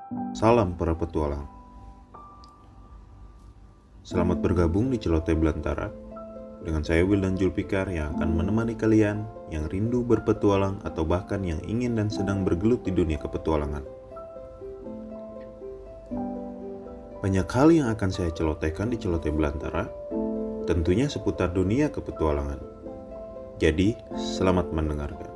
Salam para petualang. Selamat bergabung di Celoteh Belantara dengan saya Wildan Julfikar yang akan menemani kalian yang rindu berpetualang atau bahkan yang ingin dan sedang bergelut di dunia kepetualangan. Banyak hal yang akan saya celotehkan di Celoteh Belantara, tentunya seputar dunia kepetualangan. Jadi, selamat mendengarkan.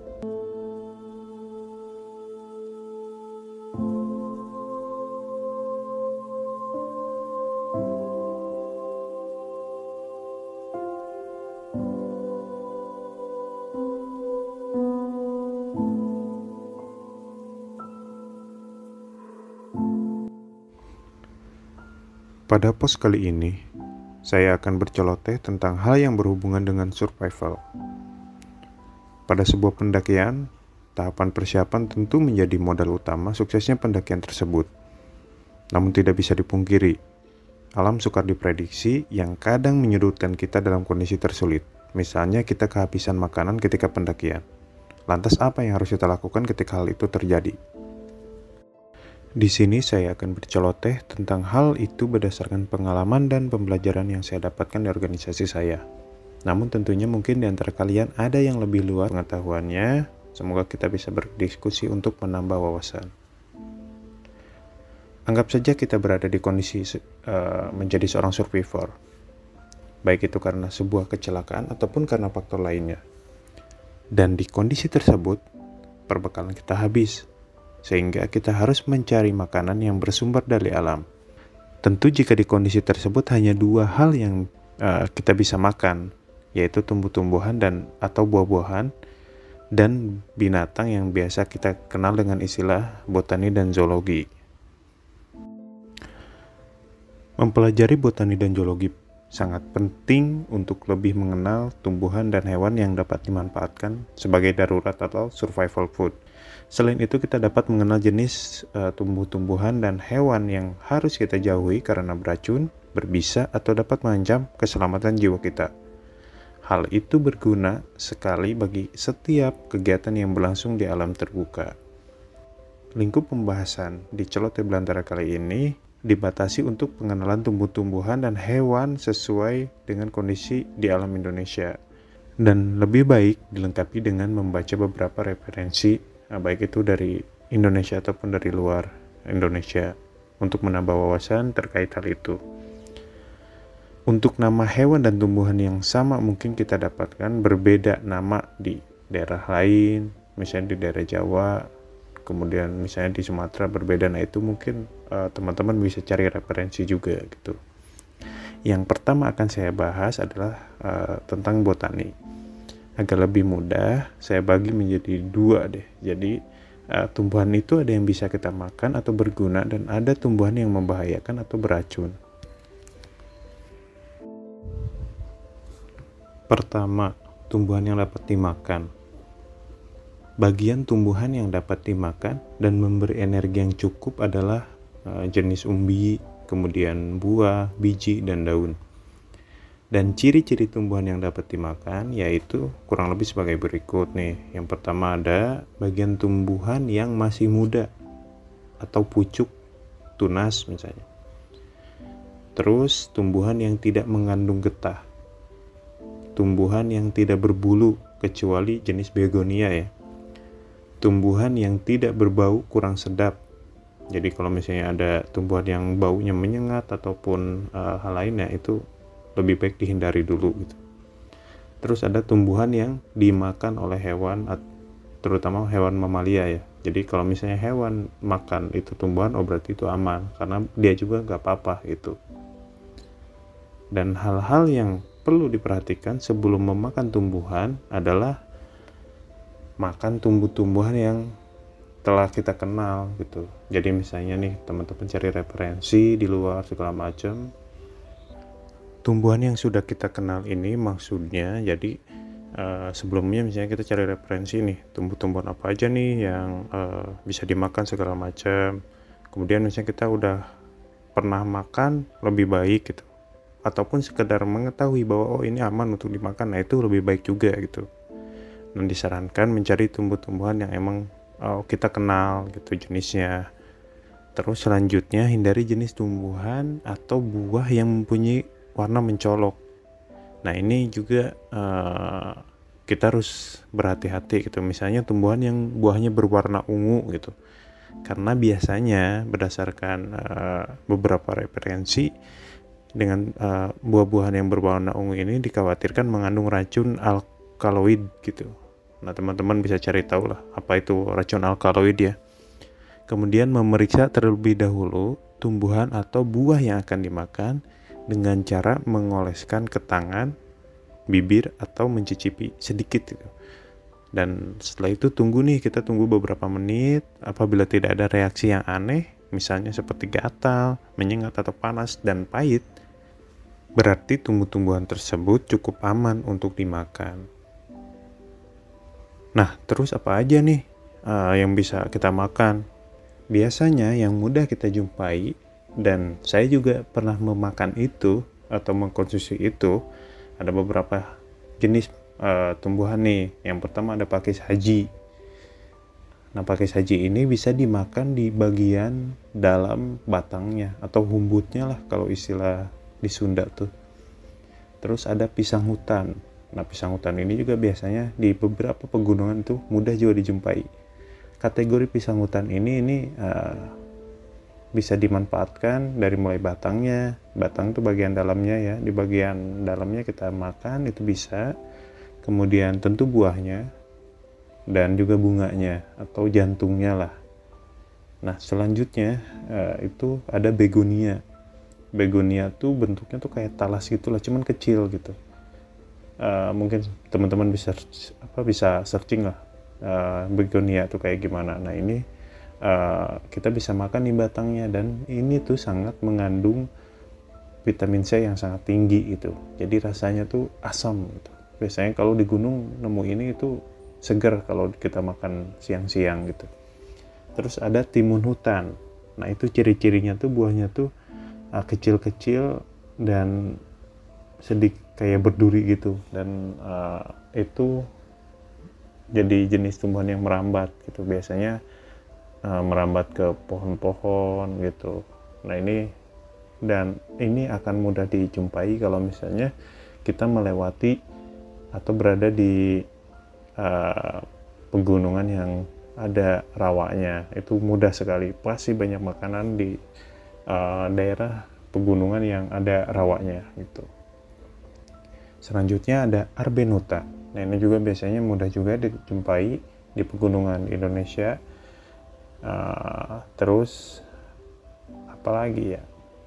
Pada pos kali ini, saya akan berceloteh tentang hal yang berhubungan dengan survival. Pada sebuah pendakian, tahapan persiapan tentu menjadi modal utama suksesnya pendakian tersebut. Namun tidak bisa dipungkiri, alam sukar diprediksi yang kadang menyudutkan kita dalam kondisi tersulit. Misalnya kita kehabisan makanan ketika pendakian. Lantas apa yang harus kita lakukan ketika hal itu terjadi? Di sini saya akan berceloteh tentang hal itu berdasarkan pengalaman dan pembelajaran yang saya dapatkan di organisasi saya. Namun tentunya mungkin di antara kalian ada yang lebih luas pengetahuannya. Semoga kita bisa berdiskusi untuk menambah wawasan. Anggap saja kita berada di kondisi menjadi seorang survivor. Baik itu karena sebuah kecelakaan ataupun karena faktor lainnya. Dan di kondisi tersebut, perbekalan kita habis. Sehingga kita harus mencari makanan yang bersumber dari alam. Tentu jika di kondisi tersebut hanya dua hal yang kita bisa makan, yaitu tumbuh-tumbuhan atau buah-buahan dan binatang yang biasa kita kenal dengan istilah botani dan zoologi. Mempelajari botani dan zoologi sangat penting untuk lebih mengenal tumbuhan dan hewan yang dapat dimanfaatkan sebagai darurat atau survival food. Selain itu kita dapat mengenal jenis tumbuh-tumbuhan dan hewan yang harus kita jauhi karena beracun, berbisa, atau dapat mengancam keselamatan jiwa kita. Hal itu berguna sekali bagi setiap kegiatan yang berlangsung di alam terbuka. Lingkup pembahasan di Celoteh Belantara kali ini dibatasi untuk pengenalan tumbuh-tumbuhan dan hewan sesuai dengan kondisi di alam Indonesia. Dan lebih baik dilengkapi dengan membaca beberapa referensi baik itu dari Indonesia ataupun dari luar Indonesia untuk menambah wawasan terkait hal itu. Untuk nama hewan dan tumbuhan yang sama mungkin kita dapatkan berbeda nama di daerah lain, misalnya di daerah Jawa, kemudian misalnya di Sumatera berbeda. Nah itu mungkin teman-teman bisa cari referensi juga gitu. Yang pertama akan saya bahas adalah tentang botani. Agar lebih mudah, saya bagi menjadi dua deh. Jadi tumbuhan itu ada yang bisa kita makan atau berguna, dan ada tumbuhan yang membahayakan atau beracun. Pertama, tumbuhan yang dapat dimakan. Bagian tumbuhan yang dapat dimakan dan memberi energi yang cukup adalah jenis umbi, kemudian buah, biji, dan daun. Dan ciri-ciri tumbuhan yang dapat dimakan yaitu kurang lebih sebagai berikut nih. Yang pertama ada bagian tumbuhan yang masih muda atau pucuk, tunas misalnya. Terus tumbuhan yang tidak mengandung getah. Tumbuhan yang tidak berbulu kecuali jenis begonia ya. Tumbuhan yang tidak berbau kurang sedap. Jadi kalau misalnya ada tumbuhan yang baunya menyengat ataupun hal lainnya itu lebih baik dihindari dulu gitu. Terus ada tumbuhan yang dimakan oleh hewan, terutama hewan mamalia ya. Jadi kalau misalnya hewan makan itu tumbuhan, berarti itu aman karena dia juga nggak apa-apa gitu. Dan hal-hal yang perlu diperhatikan sebelum memakan tumbuhan adalah makan tumbuh-tumbuhan yang telah kita kenal gitu. Jadi misalnya nih teman-teman cari referensi di luar segala macam. Tumbuhan yang sudah kita kenal ini maksudnya jadi sebelumnya misalnya kita cari referensi nih tumbuh-tumbuhan apa aja nih yang bisa dimakan segala macam. Kemudian misalnya kita udah pernah makan lebih baik gitu. Ataupun sekedar mengetahui bahwa ini aman untuk dimakan, nah itu lebih baik juga gitu. Dan disarankan mencari tumbuh-tumbuhan yang emang kita kenal gitu jenisnya. Terus selanjutnya hindari jenis tumbuhan atau buah yang mempunyai warna mencolok. Nah ini juga kita harus berhati-hati gitu. Misalnya tumbuhan yang buahnya berwarna ungu gitu. Karena biasanya berdasarkan beberapa referensi dengan buah-buahan yang berwarna ungu ini dikhawatirkan mengandung racun alkaloid gitu. Nah teman-teman bisa cari tahu lah apa itu racun alkaloid ya. Kemudian memeriksa terlebih dahulu tumbuhan atau buah yang akan dimakan dengan cara mengoleskan ke tangan, bibir, atau mencicipi sedikit gitu. Dan setelah itu kita tunggu beberapa menit. Apabila tidak ada reaksi yang aneh, misalnya seperti gatal, menyengat atau panas dan pahit, berarti tumbuh-tumbuhan tersebut cukup aman untuk dimakan. Nah, terus apa aja nih yang bisa kita makan? Biasanya yang mudah kita jumpai, dan saya juga pernah memakan itu atau mengkonsumsi itu, ada beberapa jenis tumbuhan nih. Yang pertama ada pakis haji. Nah, pakis haji ini bisa dimakan di bagian dalam batangnya atau humbutnya lah kalau istilah di Sunda tuh. Terus ada pisang hutan. Nah, pisang hutan ini juga biasanya di beberapa pegunungan tuh mudah juga dijumpai. Kategori pisang hutan ini bisa dimanfaatkan dari mulai batangnya. Batang itu bagian dalamnya ya. Di bagian dalamnya kita makan itu bisa. Kemudian tentu buahnya dan juga bunganya atau jantungnya lah. Nah selanjutnya itu ada begonia. Begonia tuh bentuknya tuh kayak talas gitulah, cuman kecil gitu. Mungkin teman-teman bisa searching lah. Begonia tuh kayak gimana. Nah ini kita bisa makan di batangnya, dan ini tuh sangat mengandung vitamin C yang sangat tinggi gitu. Jadi rasanya tuh asam gitu. Biasanya kalau di gunung nemu ini itu segar kalau kita makan siang-siang gitu. Terus ada timun hutan. Nah itu ciri-cirinya tuh buahnya tuh kecil-kecil dan sedikit kayak berduri gitu, dan itu jadi jenis tumbuhan yang merambat gitu, biasanya merambat ke pohon-pohon gitu. Nah ini akan mudah dijumpai kalau misalnya kita melewati atau berada di pegunungan yang ada rawanya. Itu mudah sekali, pasti banyak makanan di daerah pegunungan yang ada rawanya gitu. Selanjutnya ada arbenuta. Nah ini juga biasanya mudah juga dijumpai di pegunungan di Indonesia. Terus apalagi ya?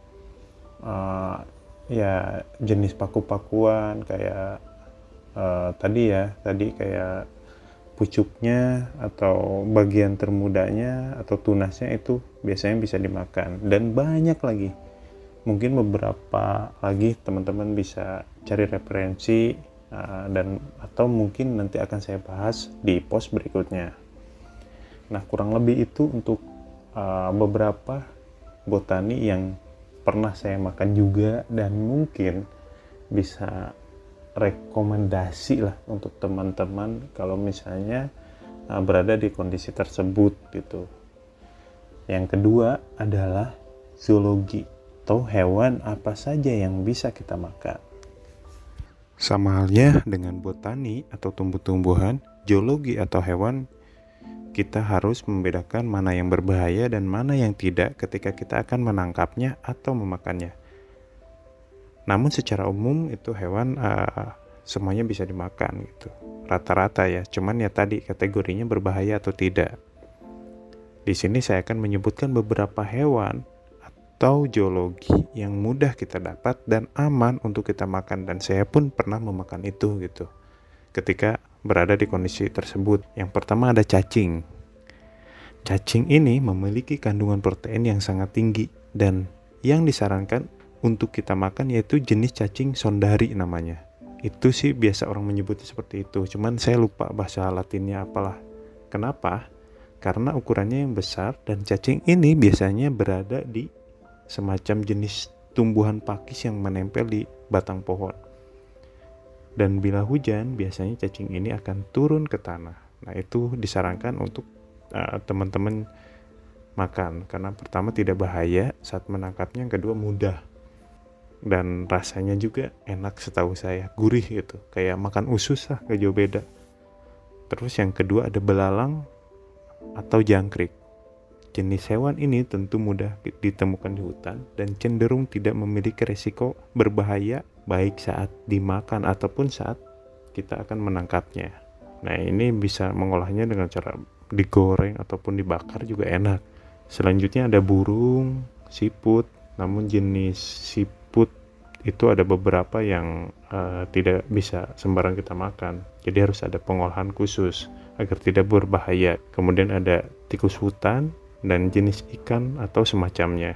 Ya jenis paku-pakuan kayak tadi kayak pucuknya atau bagian termudanya atau tunasnya itu biasanya bisa dimakan, dan banyak lagi. Mungkin beberapa lagi teman-teman bisa cari referensi atau mungkin nanti akan saya bahas di post berikutnya. Nah kurang lebih itu untuk beberapa botani yang pernah saya makan juga, dan mungkin bisa rekomendasi lah untuk teman-teman kalau misalnya berada di kondisi tersebut gitu. Yang kedua adalah zoologi, atau hewan apa saja yang bisa kita makan. Sama halnya dengan botani atau tumbuh-tumbuhan, zoologi atau hewan, kita harus membedakan mana yang berbahaya dan mana yang tidak ketika kita akan menangkapnya atau memakannya. Namun secara umum itu hewan semuanya bisa dimakan gitu, rata-rata ya. Cuman ya tadi kategorinya berbahaya atau tidak. Di sini saya akan menyebutkan beberapa hewan atau zoologi yang mudah kita dapat dan aman untuk kita makan, dan saya pun pernah memakan itu gitu ketika berada di kondisi tersebut. Yang pertama ada cacing. Cacing ini memiliki kandungan protein yang sangat tinggi, dan yang disarankan untuk kita makan yaitu jenis cacing sondari namanya. Itu sih biasa orang menyebutnya seperti itu, cuman saya lupa bahasa latinnya apalah. Kenapa? Karena ukurannya yang besar, dan cacing ini biasanya berada di semacam jenis tumbuhan pakis yang menempel di batang pohon. Dan bila hujan, biasanya cacing ini akan turun ke tanah. Nah itu disarankan untuk teman-teman makan, karena pertama tidak bahaya saat menangkapnya, yang kedua mudah, dan rasanya juga enak setahu saya, gurih gitu, kayak makan usus lah, gak jauh beda. Terus yang kedua ada belalang atau jangkrik. Jenis hewan ini tentu mudah ditemukan di hutan dan cenderung tidak memiliki risiko berbahaya baik saat dimakan ataupun saat kita akan menangkapnya. Nah, ini bisa mengolahnya dengan cara digoreng ataupun dibakar juga enak. Selanjutnya ada burung, siput. Namun jenis siput itu ada beberapa yang tidak bisa sembarang kita makan. Jadi harus ada pengolahan khusus agar tidak berbahaya. Kemudian ada tikus hutan dan jenis ikan atau semacamnya.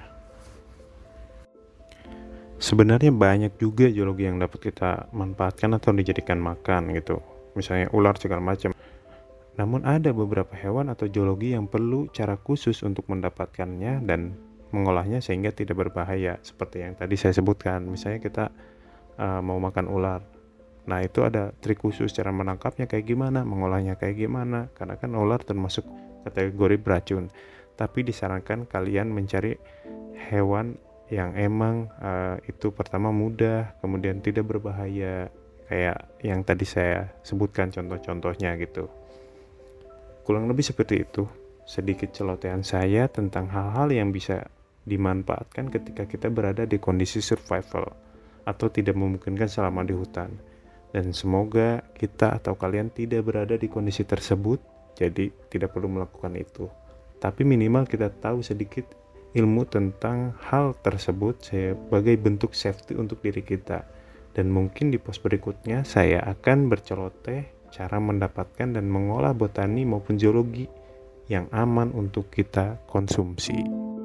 Sebenarnya banyak juga zoologi yang dapat kita manfaatkan atau dijadikan makan gitu. Misalnya ular segala macam. Namun ada beberapa hewan atau zoologi yang perlu cara khusus untuk mendapatkannya dan mengolahnya sehingga tidak berbahaya. Seperti yang tadi saya sebutkan, misalnya kita mau makan ular. Nah, itu ada trik khusus cara menangkapnya kayak gimana, mengolahnya kayak gimana. Karena kan ular termasuk kategori beracun. Tapi disarankan kalian mencari hewan yang emang itu pertama mudah, kemudian tidak berbahaya, kayak yang tadi saya sebutkan contoh-contohnya gitu. Kurang lebih seperti itu sedikit celotehan saya tentang hal-hal yang bisa dimanfaatkan ketika kita berada di kondisi survival atau tidak memungkinkan selama di hutan. Dan semoga kita atau kalian tidak berada di kondisi tersebut, jadi tidak perlu melakukan itu. Tapi minimal kita tahu sedikit ilmu tentang hal tersebut sebagai bentuk safety untuk diri kita. Dan mungkin di post berikutnya saya akan berceloteh cara mendapatkan dan mengolah botani maupun zoologi yang aman untuk kita konsumsi.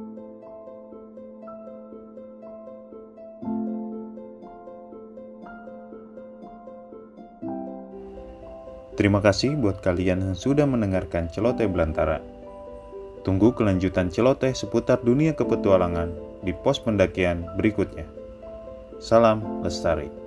Terima kasih buat kalian yang sudah mendengarkan Celoteh Belantara. Tunggu kelanjutan celoteh seputar dunia kepetualangan di pos pendakian berikutnya. Salam lestari.